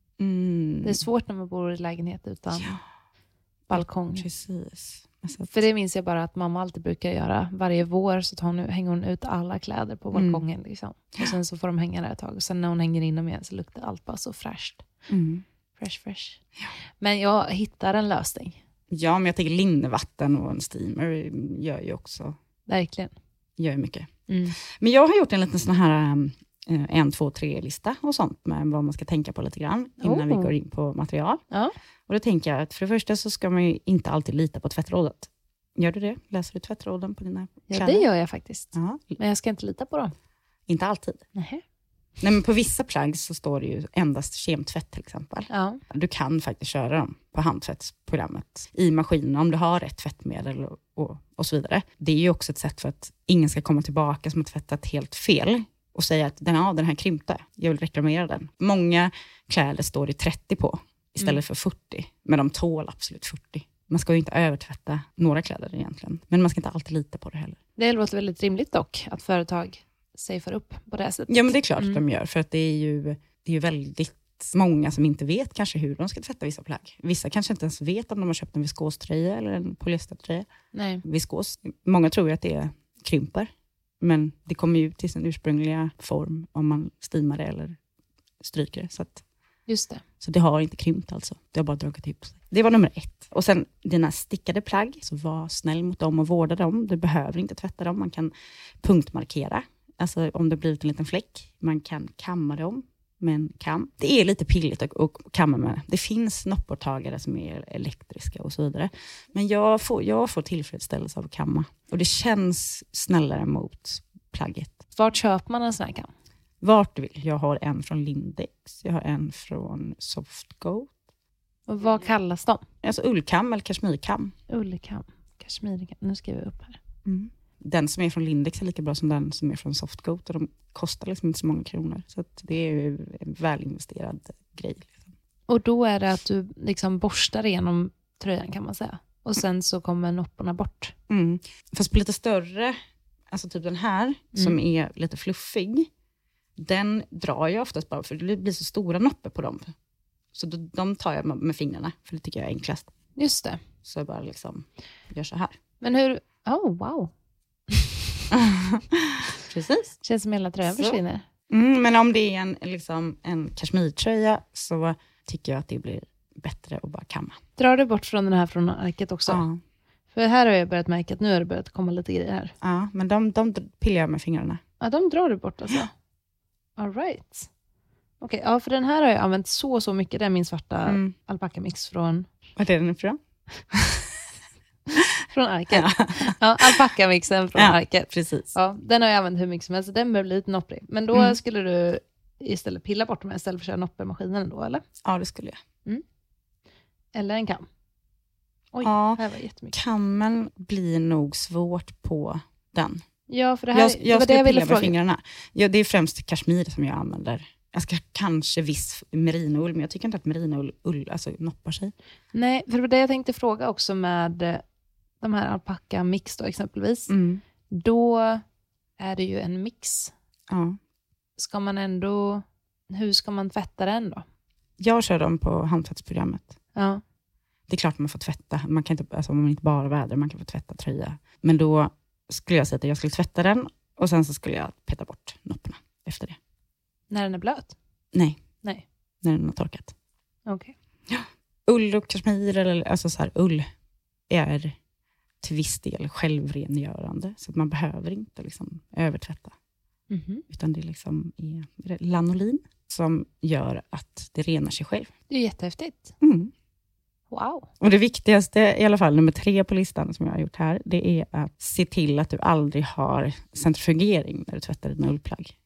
Mm. Det är svårt när man bor i lägenhet utan Ja. balkong. Precis. Alltså, För det minns jag bara att mamma alltid brukar göra. Varje vår så tar hon, hänger hon ut alla kläder på Mm. balkongen. Liksom. Och sen så får de hänga där ett tag. Och sen när hon hänger in dem igen så luktar allt bara så fräscht. mm. Fresh, fresh. Men jag hittar en lösning. Ja, men jag tänker linnevatten och en steamer gör ju också Verkligen. gör ju mycket. Mm. Men jag har gjort en liten sån här eh, en, två, tre-lista och sånt med vad man ska tänka på lite grann innan Oh. vi går in på material. Ja. Och då tänker jag att för det första så ska man ju inte alltid lita på tvättrådet. Gör du det? Läser du tvättråden på dina ja, kläder? det gör jag faktiskt. Ja, Men jag ska inte lita på dem. inte alltid. Nej. Nej, men på vissa plagg så står det ju endast kemtvätt till exempel. Ja. Du kan faktiskt köra dem på handtvättsprogrammet i maskinen om du har rätt tvättmedel och, och, och så vidare. Det är ju också ett sätt för att ingen ska komma tillbaka som har tvättat helt fel och säga att den, ja, den här krympte, jag vill reklamera den. Många kläder står det trettio på istället Mm. för fyrtio, men de tål absolut fyrtio. Man ska ju inte övertvätta några kläder egentligen, men man ska inte alltid lita på det heller. Det låter väldigt rimligt dock att företag safear upp på det sättet. Ja, men det är klart Mm. att de gör, för att det är ju, det är ju väldigt många som inte vet kanske hur de ska tvätta vissa plagg. Vissa kanske inte ens vet om de har köpt en viskoströja eller en polyestertröja. Nej. Viskos, många tror ju att det krymper, men det kommer ju till sin ursprungliga form om man steamar det eller stryker det. Så, att, Just det. så det har inte krympt alltså, det har bara dragit ihop sig. Det var nummer ett. Och sen dina stickade plagg, så var snäll mot dem och vårda dem. Du behöver inte tvätta dem, man kan punktmarkera. Alltså om det blivit en liten fläck, man kan kamma dem med en kam. Det är lite pilligt att, att kamma med. Det finns noppborttagare som är elektriska och så vidare. Men jag får, jag får tillfredsställelse av att kamma. Och det känns snällare mot plagget. Vart köper man en sån här kam? Vart du vill. Jag har en från Lindex. Jag har en från Softgoat. Och vad kallas de? Alltså ullkam eller kashmirkam. Ullkam, kashmirkam. Nu skriver jag upp här. Mm. Den som är från Lindex är lika bra som den som är från Softgoat. Och de kostar liksom inte så många kronor. Så att det är ju en välinvesterad grej. Liksom. Och då är det att du liksom borstar igenom tröjan kan man säga. Och sen så kommer nopporna bort. Mm. Fast på lite större, alltså typ den här mm. som är lite fluffig, den drar jag oftast bara för det blir så stora noppor på dem. Så då, de tar jag med fingrarna, för det tycker jag är enklast. Just det. Så jag bara liksom gör så här. Men hur, oh wow. Precis. Känns som hela tröjan försvinner. Mm, men om det är en, liksom, en kashmirtröja så tycker jag att det blir bättre att bara kamma. Drar du bort från den här från arket också? Ja. För här har jag börjat märka att nu har det börjat komma lite grejer här. Ja, men de, de pillar jag med fingrarna. Ja, de drar du bort alltså. All right. Okej, okay, ja, för den här har jag använt så, så mycket. Det är min svarta mm. alpacamix från... Vad är den ifrån? Från arket. Ja, ja alpacamixen från ja, arket. Precis. Ja, den har jag använt hur mycket som helst. Den blir lite nopprig. Men då mm. skulle du istället pilla bort dem istället för att köra noppermaskinen då, eller? Ja, det skulle jag. Mm. Eller en kam. Oj, ja, här var jättemycket. kammen blir nog svårt på den. Ja, för det här jag, jag det var det jag ville fråga. Med fingrarna. Ja, det är främst kashmir som jag använder. Jag ska kanske viss merinoull, men jag tycker inte att merinoull ull, alltså, noppar sig. Nej, för det var det jag tänkte fråga också med de här alpacka mix då exempelvis. Mm. Då är det ju en mix. Ja. Ska man ändå, hur ska man tvätta den då? Jag kör dem på handtvättsprogrammet. Ja. Det är klart man får tvätta. Man kan inte, alltså, om man inte bara väder, man kan få tvätta tröja. Men då skulle jag säga att jag skulle tvätta den och sen så skulle jag peta bort nopparna efter det. När den är blöt? Nej. Nej. När den har torkat. Okej. Okay. Ull och kashmir, eller alltså så här, ull är till viss del självrengörande. Så att man behöver inte liksom övertvätta. Mm-hmm. Utan det liksom är lanolin som gör att det renar sig själv. Det är jättehäftigt. Mm. Wow. Och det viktigaste, i alla fall nummer tre på listan som jag har gjort här, det är att se till att du aldrig har centrifugering när du tvättar dina ullplagg.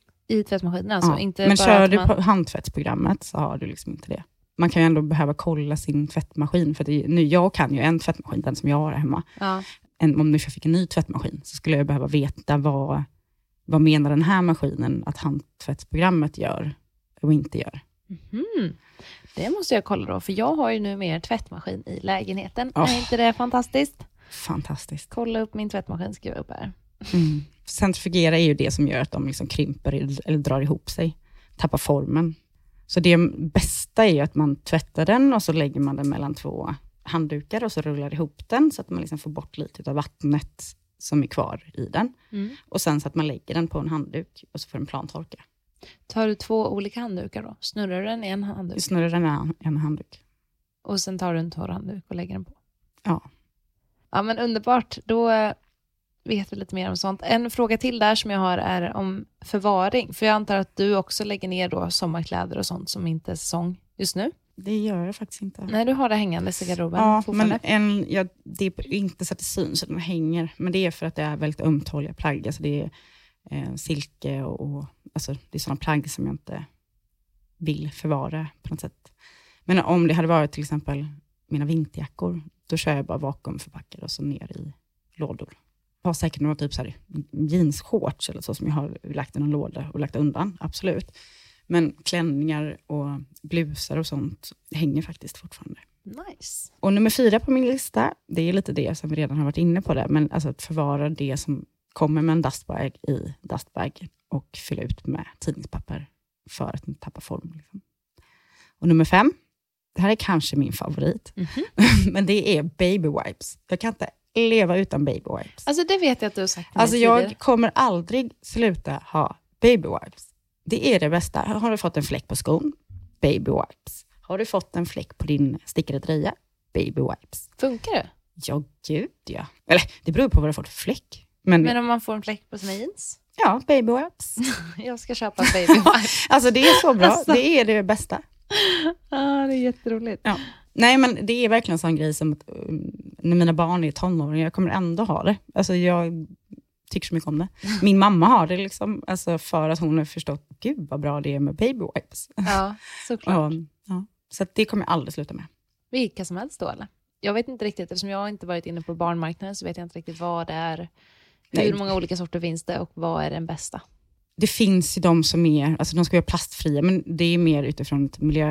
I tvättmaskinen alltså? Ja. Inte men bara kör man... du på handtvättsprogrammet så har du liksom inte det. Man kan ju ändå behöva kolla sin tvättmaskin. För det är, nu, jag kan ju en tvättmaskin, den som jag har hemma. Ja. En, om nu jag fick en ny tvättmaskin så skulle jag behöva veta vad, vad menar den här maskinen att handtvättsprogrammet gör och inte gör. Mm. Det måste jag kolla då, för jag har ju nu mer tvättmaskin i lägenheten. Oh. Är inte det fantastiskt? Fantastiskt. Kolla upp min tvättmaskin, skriva upp här. Mm. Centrifugera är ju det som gör att de liksom krymper eller drar ihop sig, tappar formen. Så det bästa är ju att man tvättar den och så lägger man den mellan två handdukar och så rullar ihop den så att man liksom får bort lite av vattnet som är kvar i den. Mm. Och sen så att man lägger den på en handduk och så får den plantorka. Tar du två olika handdukar då? Snurrar du den i en handduk? Du snurrar den i en handduk. Och sen tar du en torr handduk och lägger den på? Ja. Ja, men underbart. Då vet vi lite mer om sånt. En fråga till där som jag har är om förvaring. För jag antar att du också lägger ner då sommarkläder och sånt som inte är säsong just nu. Det gör jag faktiskt inte. Nej, du har det hängandes i garderoben. Ja, men en, ja, det är inte så att det syns så den hänger. Men det är för att det är väldigt ömtåliga plagg. Alltså det är eh, silke och, och alltså det är sådana plagg som jag inte vill förvara på något sätt. Men om det hade varit till exempel mina vinterjackor, då kör jag bara vakuumförpackade och så ner i lådor. Jag har säkert några typ så här jeansshorts eller så som jag har lagt i någon låda och lagt undan, absolut. Men klänningar och blusar och sånt hänger faktiskt fortfarande. Nice. Och nummer fyra på min lista, det är lite det som vi redan har varit inne på där. Men alltså att förvara det som kommer med en dustbag i dustbag och fylla ut med tidningspapper för att inte tappa form. Liksom. Och nummer fem, det här är kanske min favorit. Mm-hmm. Men det är baby wipes. Jag kan inte leva utan baby wipes. Alltså det vet jag att du har sagt. Alltså jag kommer aldrig sluta ha baby wipes. Det är det bästa. Har du fått en fläck på skon? Baby wipes. Har du fått en fläck på din stickade tröja? Baby wipes. Funkar det? Ja, gud ja. Eller det beror på vad du får för fläck. Men, Men om man får en fläck på sina jeans? Ja, baby wipes. Jag ska köpa baby wipes. Alltså det är så bra. Alltså. Det är det bästa. Ja, ah, det är jätteroligt. Ja. Nej, men det är verkligen en sån grej som att, um, när mina barn är tonåringar, jag kommer ändå ha det. Alltså jag tycker så mycket om det. Min mamma har det liksom, alltså för att hon har förstått, gud vad bra det är med baby wipes. Ja, såklart. Och, ja. Så att det kommer jag aldrig sluta med. Vilka som helst då, eller? Jag vet inte riktigt, eftersom jag inte varit inne på barnmarknaden så vet jag inte riktigt vad det är. Hur Nej. många olika sorter finns det och vad är den bästa? Det finns ju de som är, alltså de ska vara plastfria, men det är mer utifrån ett miljö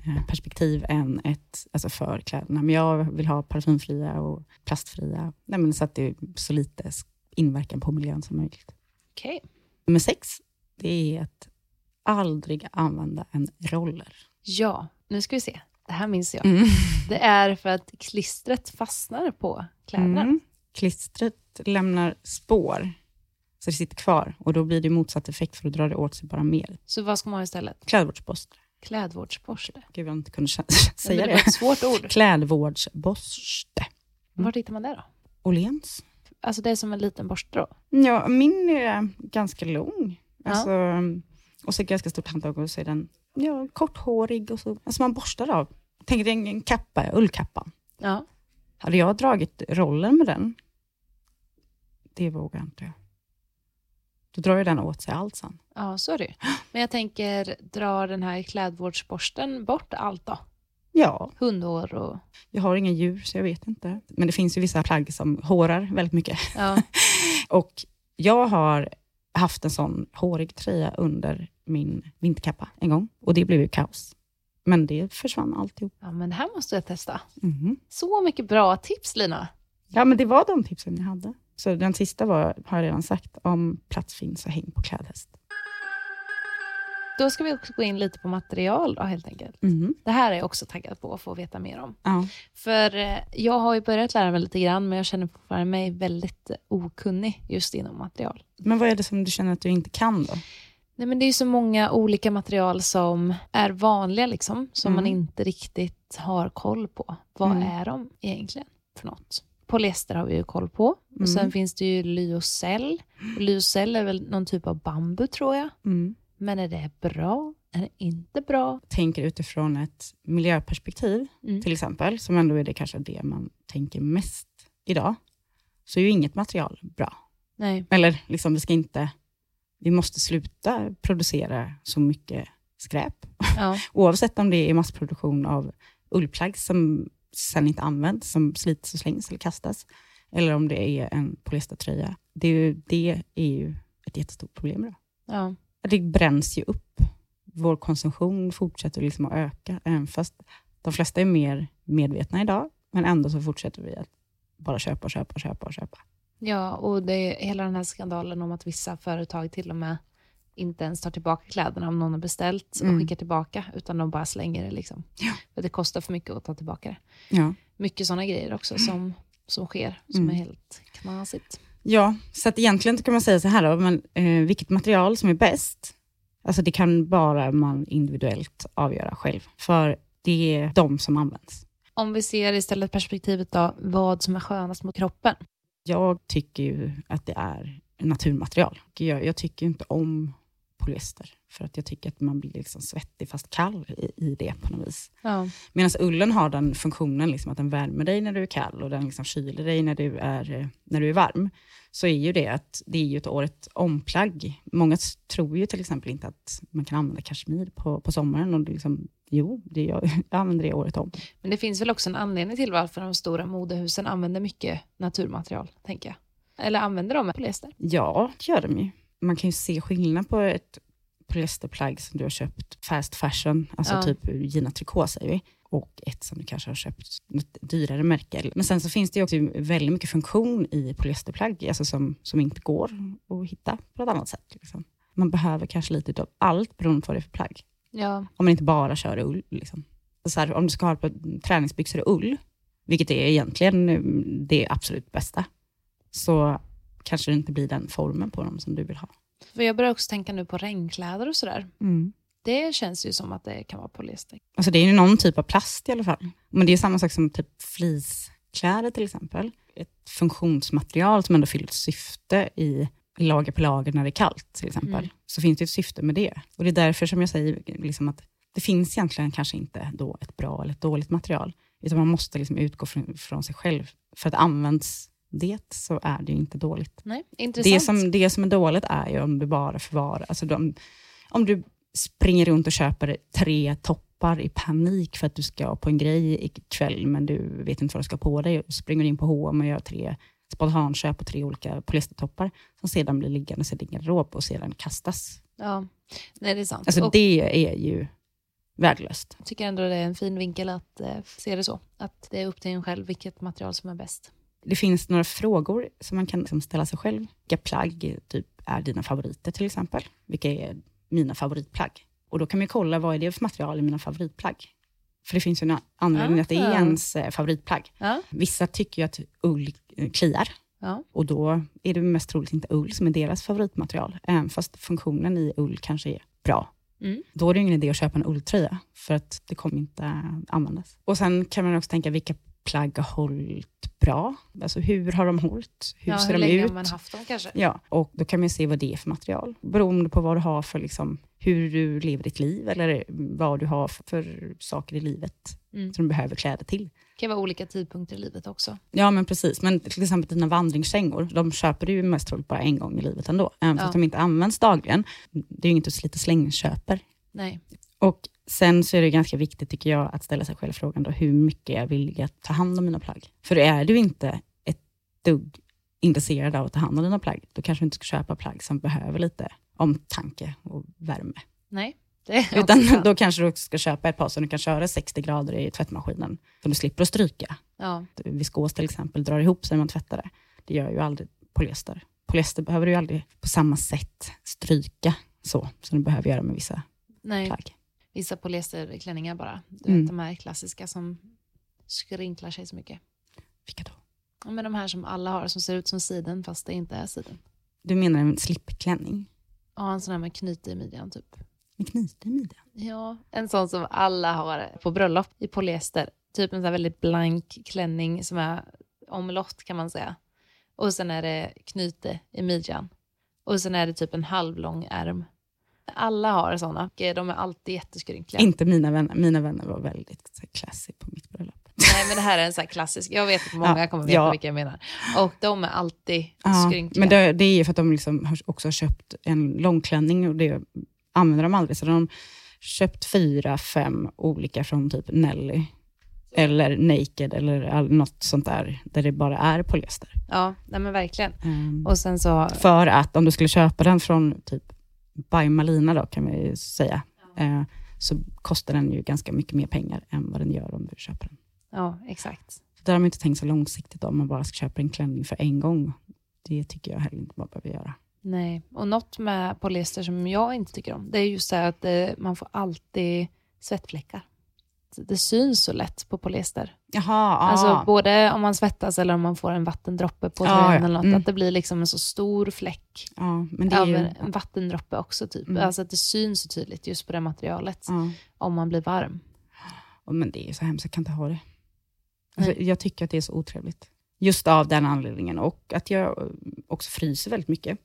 perspektiv än ett, alltså för kläderna. Men jag vill ha parfymfria och plastfria. Nej, men så att det är så lite inverkan på miljön som möjligt. Okej. Okay. Nummer sex, det är att aldrig använda en roller. Ja, nu ska vi se. Det här minns jag. Mm. Det är för att klistret fastnar på kläderna. Mm. Klistret lämnar spår. Så det sitter kvar. Och då blir det motsatt effekt för att dra det åt sig bara mer. Så vad ska man ha istället? Klädvårdsborste. Klädvårdsborste. Gud, jag inte kunde säga det. Det var ett svårt ord. Klädvårdsborste. Mm. Var hittar man det då? Åhléns. Alltså det är som en liten borste då? Ja, min är ganska lång. Ja. Alltså, och så ganska stort handtag och så är den ja, korthårig. Och så, alltså man borstar av. Tänk dig en kappa, ullkappan. Ja. Hade jag dragit rollen med den, det vågar inte jag. Då drar ju den åt sig allt sen. Ja, så är det. Men jag tänker, drar den här klädvårdsborsten bort allt då? Ja. Hundhår och... Jag har ingen djur så jag vet inte. Men det finns ju vissa plagg som hårar väldigt mycket. Ja. Och jag har haft en sån hårig tröja under min vinterkappa en gång. Och det blev ju kaos. Men det försvann alltihop. Ja, men det här måste jag testa. Mm. Så mycket bra tips, Lina. Ja, men det var de tipsen jag hade. Så den sista var, har jag redan sagt, om plats finns så häng på klädhäst. Då ska vi också gå in lite på material då, helt enkelt. Mm. Det här är jag också taggad på att få veta mer om. Ja. För eh, jag har ju börjat lära mig lite grann, men jag känner fortfarande mig väldigt okunnig just inom material. Men vad är det som du känner att du inte kan då? Nej, men det är ju så många olika material som är vanliga liksom, som Mm. man inte riktigt har koll på. Vad Mm. är de egentligen för något? Polyester har vi ju koll på. Mm. Och sen finns det ju lyocell. Och lyocell är väl någon typ av bambu, tror jag. Mm. Men är det bra? Är det inte bra? Tänker utifrån ett miljöperspektiv, Mm. till exempel, som ändå är det kanske det man tänker mest idag, så är ju inget material bra. Nej. Eller liksom, vi ska inte, vi måste sluta producera så mycket skräp. Ja. Oavsett om det är massproduktion av ullplagg som sen inte används, som slits och slängs eller kastas, eller om det är en polyestertröja. Det är ju, det är ju ett jättestort problem då. Ja. Det bränns ju upp. Vår konsumtion fortsätter liksom att öka, även fast de flesta är mer medvetna idag, men ändå så fortsätter vi att bara köpa och köpa och köpa och köpa. Ja, och det är hela den här skandalen om att vissa företag till och med inte ens tar tillbaka kläderna om någon har beställt och Mm. skickar tillbaka, utan de bara slänger det liksom. Ja. För det kostar för mycket att ta tillbaka det. Ja. Mycket sådana grejer också som, som sker, som Mm. är helt knasigt. Ja, så att egentligen kan man säga så här då, men eh, vilket material som är bäst, alltså det kan bara man individuellt avgöra själv. För det är de som används. Om vi ser istället perspektivet då, vad som är skönast mot kroppen. Jag tycker ju att det är naturmaterial. Jag, jag tycker inte om polyester. För att jag tycker att man blir liksom svettig fast kall i, i det på något vis. Ja. Medan ullen har den funktionen liksom att den värmer dig när du är kall och den liksom kyler dig när du är, när du är varm. Så är ju det att det är ju ett året omplagg. Många tror ju till exempel inte att man kan använda kashmir på, på sommaren. Och det liksom, jo, det jag, jag använder det året om. Men det finns väl också en anledning till varför de stora modehusen använder mycket naturmaterial, tänker jag. Eller använder de polyester? Ja, det gör de ju. Man kan ju se skillnad på ett polyesterplagg som du har köpt fast fashion, alltså Ja. typ Gina Tricot säger vi, och ett som du kanske har köpt ett dyrare märke. Men sen så finns det ju också väldigt mycket funktion i polyesterplagg, alltså som, som inte går att hitta på ett annat sätt. Liksom. Man behöver kanske lite av allt beroende på vad det är för plagg. Ja. Om man inte bara kör ull. Liksom. Så här, om du ska ha på träningsbyxor och ull, vilket är egentligen det absolut bästa, så kanske det inte blir den formen på dem som du vill ha. För jag börjar också tänka nu på regnkläder och sådär. Mm. Det känns ju som att det kan vara polyester. Alltså det är ju någon typ av plast i alla fall. Men det är samma sak som typ fleecekläder till exempel. Ett funktionsmaterial som ändå fyller ett syfte i lager på lager när det är kallt till exempel. Mm. Så finns det ett syfte med det. Och det är därför som jag säger liksom att det finns egentligen kanske inte då ett bra eller ett dåligt material. Utan man måste liksom utgå från, från sig själv. För att används det så är det ju inte dåligt. Nej, intressant. Det som, det som är dåligt är ju om du bara förvarar. Alltså de, om du springer runt och köper tre toppar i panik för att du ska på en grej ikväll, men du vet inte vad du ska på dig, och springer in på H och M och gör tre spontanköp på tre olika polyestertoppar som sedan blir liggande i din garderob och sedan kastas. Ja, nej, det är sant. Alltså och, det är ju värdelöst. Jag tycker ändå det är en fin vinkel att eh, se det så. Att det är upp till en själv vilket material som är bäst. Det finns några frågor som man kan liksom ställa sig själv. Vilka plagg typ, är dina favoriter till exempel? Vilka är mina favoritplagg? Och då kan man ju kolla vad är det för material i mina favoritplagg. För det finns ju en anledning ah, att det är ens eh, favoritplagg. Ah. Vissa tycker ju att ull kliar. Ja. Och då är det mest troligt inte ull som är deras favoritmaterial. Även fast funktionen i ull kanske är bra. Mm. Då är det ingen idé att köpa en ulltröja. För att det kommer inte användas. Och sen kan man också tänka vilka plagg har hållit bra. Alltså hur har de hållit? Hur ja, ser hur de länge ut? har man haft dem kanske? Ja, och då kan man se vad det är för material. Beroende på vad du har för liksom, hur du lever ditt liv. Eller vad du har för, för saker i livet. Mm. Som du behöver kläder till. Det kan vara olika tidpunkter i livet också. Ja, men precis. Men till exempel dina vandringskängor, de köper du ju mest troligt bara en gång i livet ändå. Även ja. Fast de inte används dagligen. Det är ju inget du sliter slängköper. Nej. Och sen så är det ganska viktigt tycker jag att ställa sig själv frågan då, hur mycket jag vill att ta hand om mina plagg. För är du inte ett dugg intresserad av att ta hand om dina plagg, då kanske du inte ska köpa plagg som behöver lite omtanke och värme. Nej. Utan då kanske du ska köpa ett par som du kan köra sextio grader i tvättmaskinen. Så du slipper att stryka. Ja. Viskos till exempel drar ihop sig när man tvättar det. Det gör ju aldrig polyester. Polyester behöver du ju aldrig på samma sätt stryka så som du behöver göra med vissa Nej. plagg. Vissa polyesterklänningar bara. Du Mm. vet de här klassiska som skrynklar sig så mycket. Vilka då? Ja, men de här som alla har som ser ut som siden fast det inte är siden. Du menar en slipklänning? Ja, en sån här med knyt i midjan typ. Med knyt i midjan? Ja, en sån som alla har på bröllop i polyester. Typ en sån här väldigt blank klänning som är omlott kan man säga. Och sen är det knyte i midjan. Och sen är det typ en halvlång ärm. Alla har såna. Och de är alltid jätteskrynkliga. Inte mina vänner. Mina vänner var väldigt så här, classy på mitt bröllop. Nej, men det här är en sån här klassisk. Jag vet att många ja, kommer veta ja. vilka jag menar. Och de är alltid ja, skrynkliga. Men det, det är ju för att de liksom har också köpt en långklänning och det använder de aldrig. Så de har köpt fyra, fem olika från typ Nelly. Eller Naked eller något sånt där. Där det bara är polyester. Ja, nej men verkligen. Um, och sen så... För att om du skulle köpa den från typ By Malina då kan vi säga. Ja. Eh, så kostar den ju ganska mycket mer pengar än vad den gör om du köper den. Ja, exakt. Så där har man inte tänkt så långsiktigt om man bara ska köpa en klänning för en gång. Det tycker jag heller inte man behöver göra. Nej, och något med polyester som jag inte tycker om. Det är just så här att det, man får alltid svettfläckar. Det syns så lätt på polyester. Jaha, alltså både om man svettas eller om man får en vattendroppe på tröjan ja, ja. eller något. Mm. Att det blir liksom en så stor fläck ja, men det är av ju... en vattendroppe också typ. Mm. Alltså att det syns så tydligt just på det materialet. Ja. Om man blir varm. Oh, men det är så hemskt, jag kan inte ha det. Alltså, jag tycker att det är så otrevligt. Just av den anledningen. Och att jag också fryser väldigt mycket.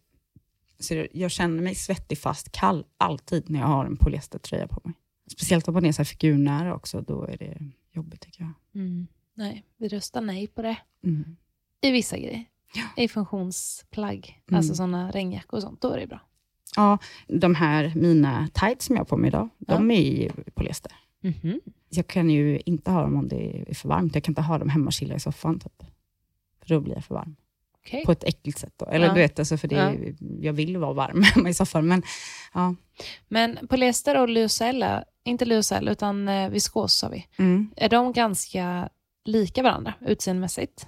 Så jag känner mig svettig fast kall alltid när jag har en polyestertröja på mig. Speciellt om man är så här figurnära också, då är det jobbigt tycker jag. Mm. Nej, vi röstar nej på det. Mm. I vissa grejer. Ja. I funktionsplagg, mm. alltså sådana regnjackor och sånt, då är det bra. Ja, de här mina tights som jag har på mig idag, ja. de är ju polyester. Mm-hmm. Jag kan ju inte ha dem om det är för varmt. Jag kan inte ha dem hemma och chilla i soffan typ. För då blir jag för varm. Okay. På ett äckligt sätt då. Eller ja. du vet, alltså, för det är, ja. jag vill vara varm hemma i soffan. Men, ja. men polyester och lyocell, inte lyocell utan eh, viskos sa vi. Mm. Är de ganska lika varandra utseendemässigt?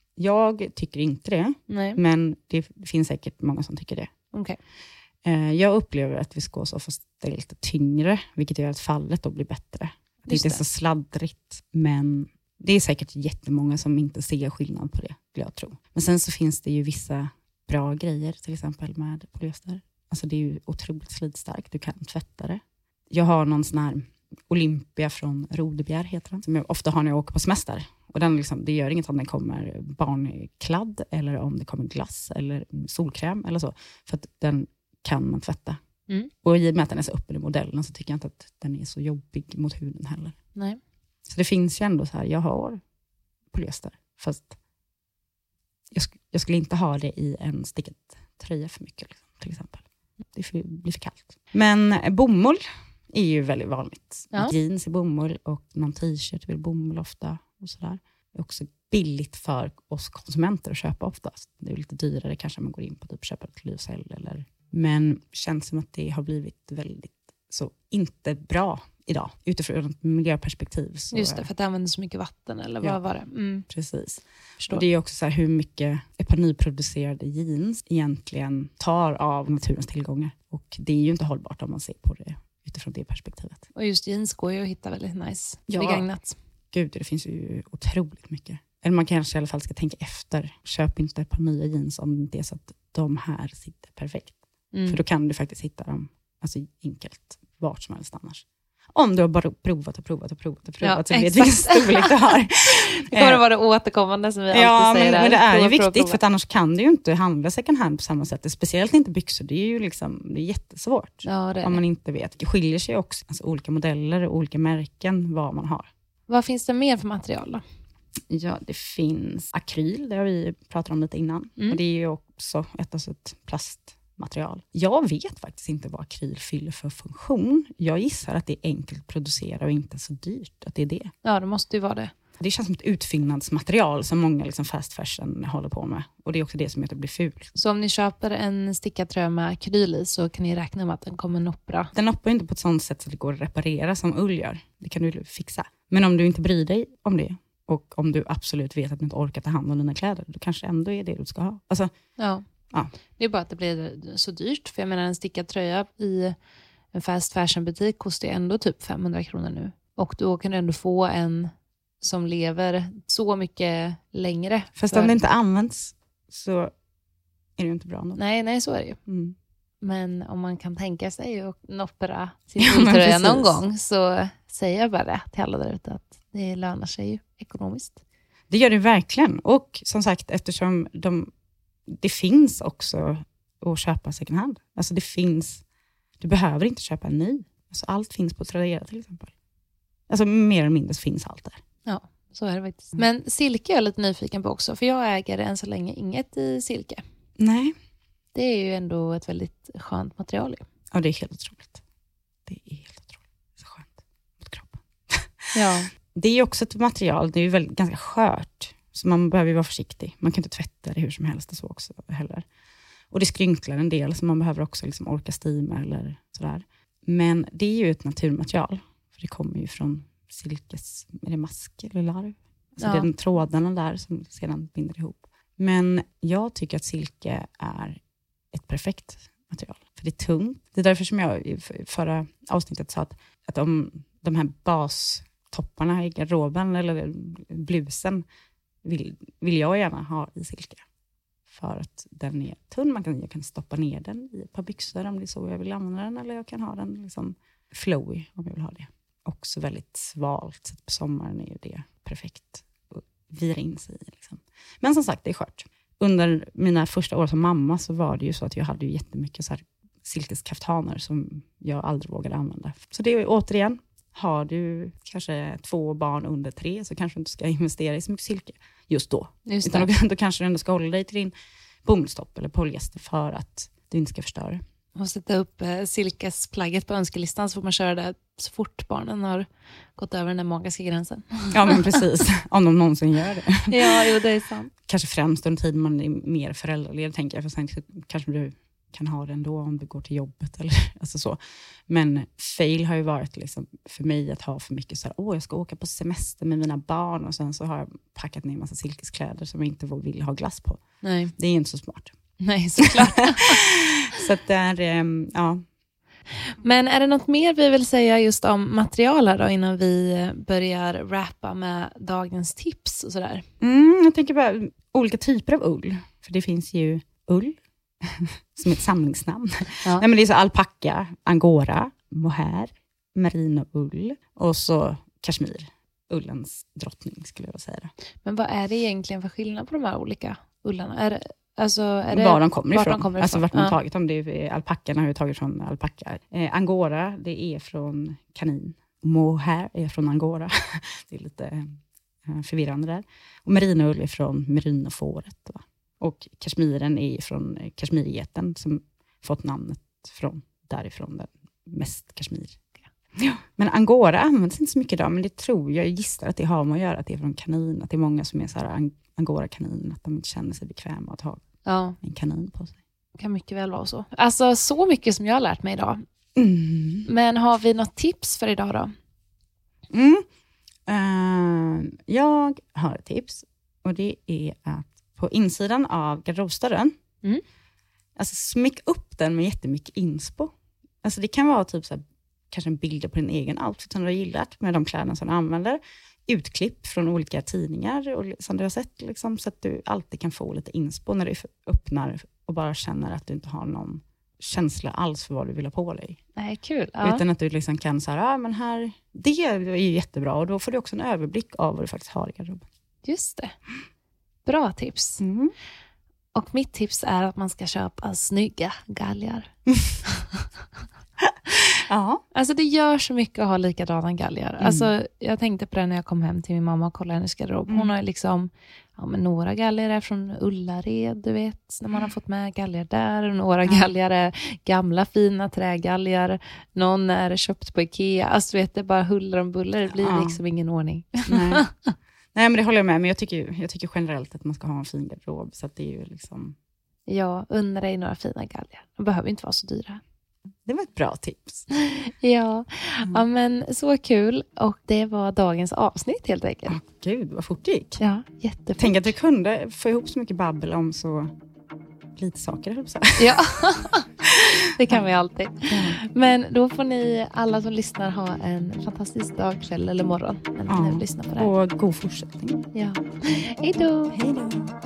Jag tycker inte det. Nej. Men det finns säkert många som tycker det. Okay. Eh, jag upplever att viskos oftast är lite tyngre. Vilket gör att fallet då blir bättre. Det är inte så sladdrigt. Men det är säkert jättemånga som inte ser skillnad på det, vill jag tro. Men sen så finns det ju vissa bra grejer, till exempel med polyester. Alltså det är ju otroligt slitstarkt, du kan tvätta det. Jag har någon sån här Olympia från Rodebjer heter den, som jag ofta har när jag åker på semester. Och den liksom, det gör inget om det kommer barnkladd eller om det kommer glass eller solkräm eller så. För att den kan man tvätta. Mm. Och i och med att den är så öppen i modellen så tycker jag inte att den är så jobbig mot huden heller. Nej. Så det finns ju ändå så här, jag har polyester. Fast jag, sk- jag skulle inte ha det i en stickad tröja för mycket liksom, till exempel. Det för, blir för kallt. Men bomull är ju väldigt vanligt. Ja. Jeans i bomull och någon t-shirt i bomull ofta. Och sådär. Det är också billigt för oss konsumenter att köpa oftast. Det är lite dyrare kanske man går in på typ köpa ett lyocell eller. Men känns som att det har blivit väldigt så inte bra idag. Utifrån ett miljöperspektiv. Så just det, för att det använder så mycket vatten. Eller vad ja, var det? Mm. Precis. Och det är också så här hur mycket ett par nyproducerade jeans egentligen tar av naturens tillgångar. Och det är ju inte hållbart om man ser på det utifrån det perspektivet. Och just jeans går ju att hitta väldigt nice. Ja. Begagnat. Gud, det finns ju otroligt mycket. Eller man kanske i alla fall ska tänka efter. Köp inte ett par nya jeans om det inte är så att de här sitter perfekt. Mm. För då kan du faktiskt hitta dem alltså enkelt vart som helst annars. Om du har bara provat och provat och provat och provat, ja, så vet vilken storlek du har. Det kommer att vara det återkommande som vi ja, alltid säger. Men, men det är prova, ju viktigt prova, prova. för att annars kan du ju inte handla second hand på samma sätt. Speciellt inte byxor, det är ju liksom, det är jättesvårt. Ja, det är om man det. inte vet. Det skiljer sig också, alltså olika modeller och olika märken vad man har. Vad finns det mer för material då? Ja, det finns akryl, det har vi pratat om lite innan. Mm. Och det är ju också ett, alltså ett plastmaterial. Jag vet faktiskt inte vad akryl fyller för funktion. Jag gissar att det är enkelt att producera och inte så dyrt. Att det är det. Ja, det måste ju vara det. Det känns som ett utfyllnadsmaterial som många liksom fast fashion håller på med. Och det är också det som heter att bli ful. Så om ni köper en stickad tröja med akryl i så kan ni räkna med att den kommer noppra? Den noppar inte på ett sånt sätt så att det går att reparera som ull gör. Det kan du fixa. Men om du inte bryr dig om det och om du absolut vet att du inte orkar ta hand om dina kläder, då kanske ändå är det du ska ha. Alltså, ja. ja. Det är bara att det blir så dyrt. För jag menar, en stickad tröja i en fast fashion butik kostar ändå typ femhundra kronor nu. Och då kan du ändå få en som lever så mycket längre. Fast för... om det inte används så är det ju inte bra nog. Nej, nej, så är det ju. Mm. Men om man kan tänka sig att noppra sin ulltröja ja, någon gång, så säger jag bara det till alla där ute att det lönar sig ju ekonomiskt. Det gör det verkligen. Och som sagt, eftersom de, det finns också att köpa second hand. Alltså det finns, du behöver inte köpa en ny. Alltså allt finns på Tradera till exempel. Alltså mer eller mindre finns allt där. Ja, så är det faktiskt. Men silke är jag lite nyfiken på också. För jag äger än så länge inget i silke. Nej. Det är ju ändå ett väldigt skönt material. Ja, det är helt otroligt. Det är helt otroligt. Så skönt mot kroppen. Ja. Det är ju också ett material, det är ju väldigt, ganska skört. Så man behöver ju vara försiktig. Man kan inte tvätta det hur som helst och så också heller. Och det skrynklar en del, så man behöver också liksom orka stima eller sådär. Men det är ju ett naturmaterial. För det kommer ju från silkes, är det mask eller larv? Alltså ja. Det är den trådarna där som sedan binder ihop. Men jag tycker att silke är ett perfekt material. För det är tungt. Det är därför som jag i förra avsnittet sa att, att om de här bastopparna i garderoben eller blusen vill, vill jag gärna ha i silke. För att den är tunn. Man kan, jag kan stoppa ner den i ett par byxor om det är så jag vill använda den. Eller jag kan ha den liksom flowy om jag vill ha det. Också väldigt svalt. Så på sommaren är ju det perfekt att vira in sig i. Liksom. Men som sagt, det är skört. Under mina första år som mamma så var det ju så att jag hade ju jättemycket så här silkeskaftaner som jag aldrig vågade använda. Så det är återigen, har du kanske två barn under tre så kanske du inte ska investera i så mycket silke just då. Just Utan då, då kanske du ändå ska hålla dig till din bomullstopp eller polyester för att du inte ska förstöra. Och sätta upp eh, silkesplagget på önskelistan så får man köra det så fort barnen har gått över den där magiska gränsen. Ja, men precis. Om de någonsin gör det. Ja, jo, det är sant. Kanske främst under tid man är mer föräldraledig, tänker jag. För sen kanske du kan ha det ändå om du går till jobbet. Eller, alltså så. Men fail har ju varit liksom för mig att ha för mycket så här, åh jag ska åka på semester med mina barn. Och sen så har jag packat ner en massa silkeskläder som jag inte vill ha glass på. Nej. Det är inte så smart. Nej, såklart. Så att det är, ja. Men är det något mer vi vill säga just om material här då innan vi börjar rappa med dagens tips och sådär? Mm, jag tänker bara olika typer av ull. För det finns ju ull som ett samlingsnamn. Ja. Nej, men det är så alpacka, angora, mohair, merinoull och så kashmir. Ullens drottning skulle jag säga. Men vad är det egentligen för skillnad på de här olika ullarna? Är det, alltså, är det var de kommer ifrån. De kommer ifrån. Alltså vart man ja. tagit dem. Det är, alpackan har ju tagit från alpacka. Eh, angora, det är från kanin. Mohair är från angora. Det är lite eh, förvirrande där. Och merinoull är från merinofåret. Va? Och kashmiren är från kashmirgeten som fått namnet från därifrån. Den mest kashmir. Ja. Men angora används inte så mycket idag, men det tror jag, jag gissar att det har med att göra att det är från kanin, att det är många som är så här angora-kanin, att de inte känner sig bekväma att ha ja. en kanin på sig. Det kan mycket väl vara så. Alltså så mycket som jag har lärt mig idag. Mm. Men har vi något tips för idag då? Mm. Uh, jag har ett tips. Och det är att på insidan av garderobsdörren, mm. alltså smyck upp den med jättemycket inspo. Alltså det kan vara typ så här, kanske en bild på din egen outfit som du har gillat med de kläderna som du använder. Utklipp från olika tidningar och, som du har sett. Liksom, så att du alltid kan få lite inspo när du öppnar och bara känner att du inte har någon känsla alls för vad du vill ha på dig. Nej, kul. Ja. Utan att du liksom kan säga, ja men här, det är ju jättebra. Och då får du också en överblick av vad du faktiskt har i garderoben. Just det. Bra tips. Mm. Och mitt tips är att man ska köpa snygga galgar. Ja. Alltså det gör så mycket att ha likadana galgar. Mm. Alltså jag tänkte på det när jag kom hem till min mamma och kollade hennes garderob. Hon Mm. har liksom ja, men några galgar är från Ullared, du vet. När man har fått med galgar där. Några Ja. galgar är gamla fina trägalgar. Någon är köpt på Ikea. Alltså du vet, det är bara huller om buller. Det blir Ja. liksom ingen ordning. Nej. Nej, men det håller jag med. Men jag tycker, jag tycker generellt att man ska ha en fin garderob. Så att det är ju liksom... Ja, unna dig några fina galgar. De behöver inte vara så dyra. Det var ett bra tips. Ja, Mm. ja men så kul. Och det var dagens avsnitt helt enkelt. Åh, gud, vad fort det gick. Ja, jättefint. Tänk att vi kunde få ihop så mycket babbel om så lite saker. Höll jag på att Ja, det kan vi alltid. säga. Men då får ni alla som lyssnar ha en fantastisk dag, kväll eller morgon. När Ja. ni lyssnar på det här. Och god fortsättning. Ja. Hej då! Hej då!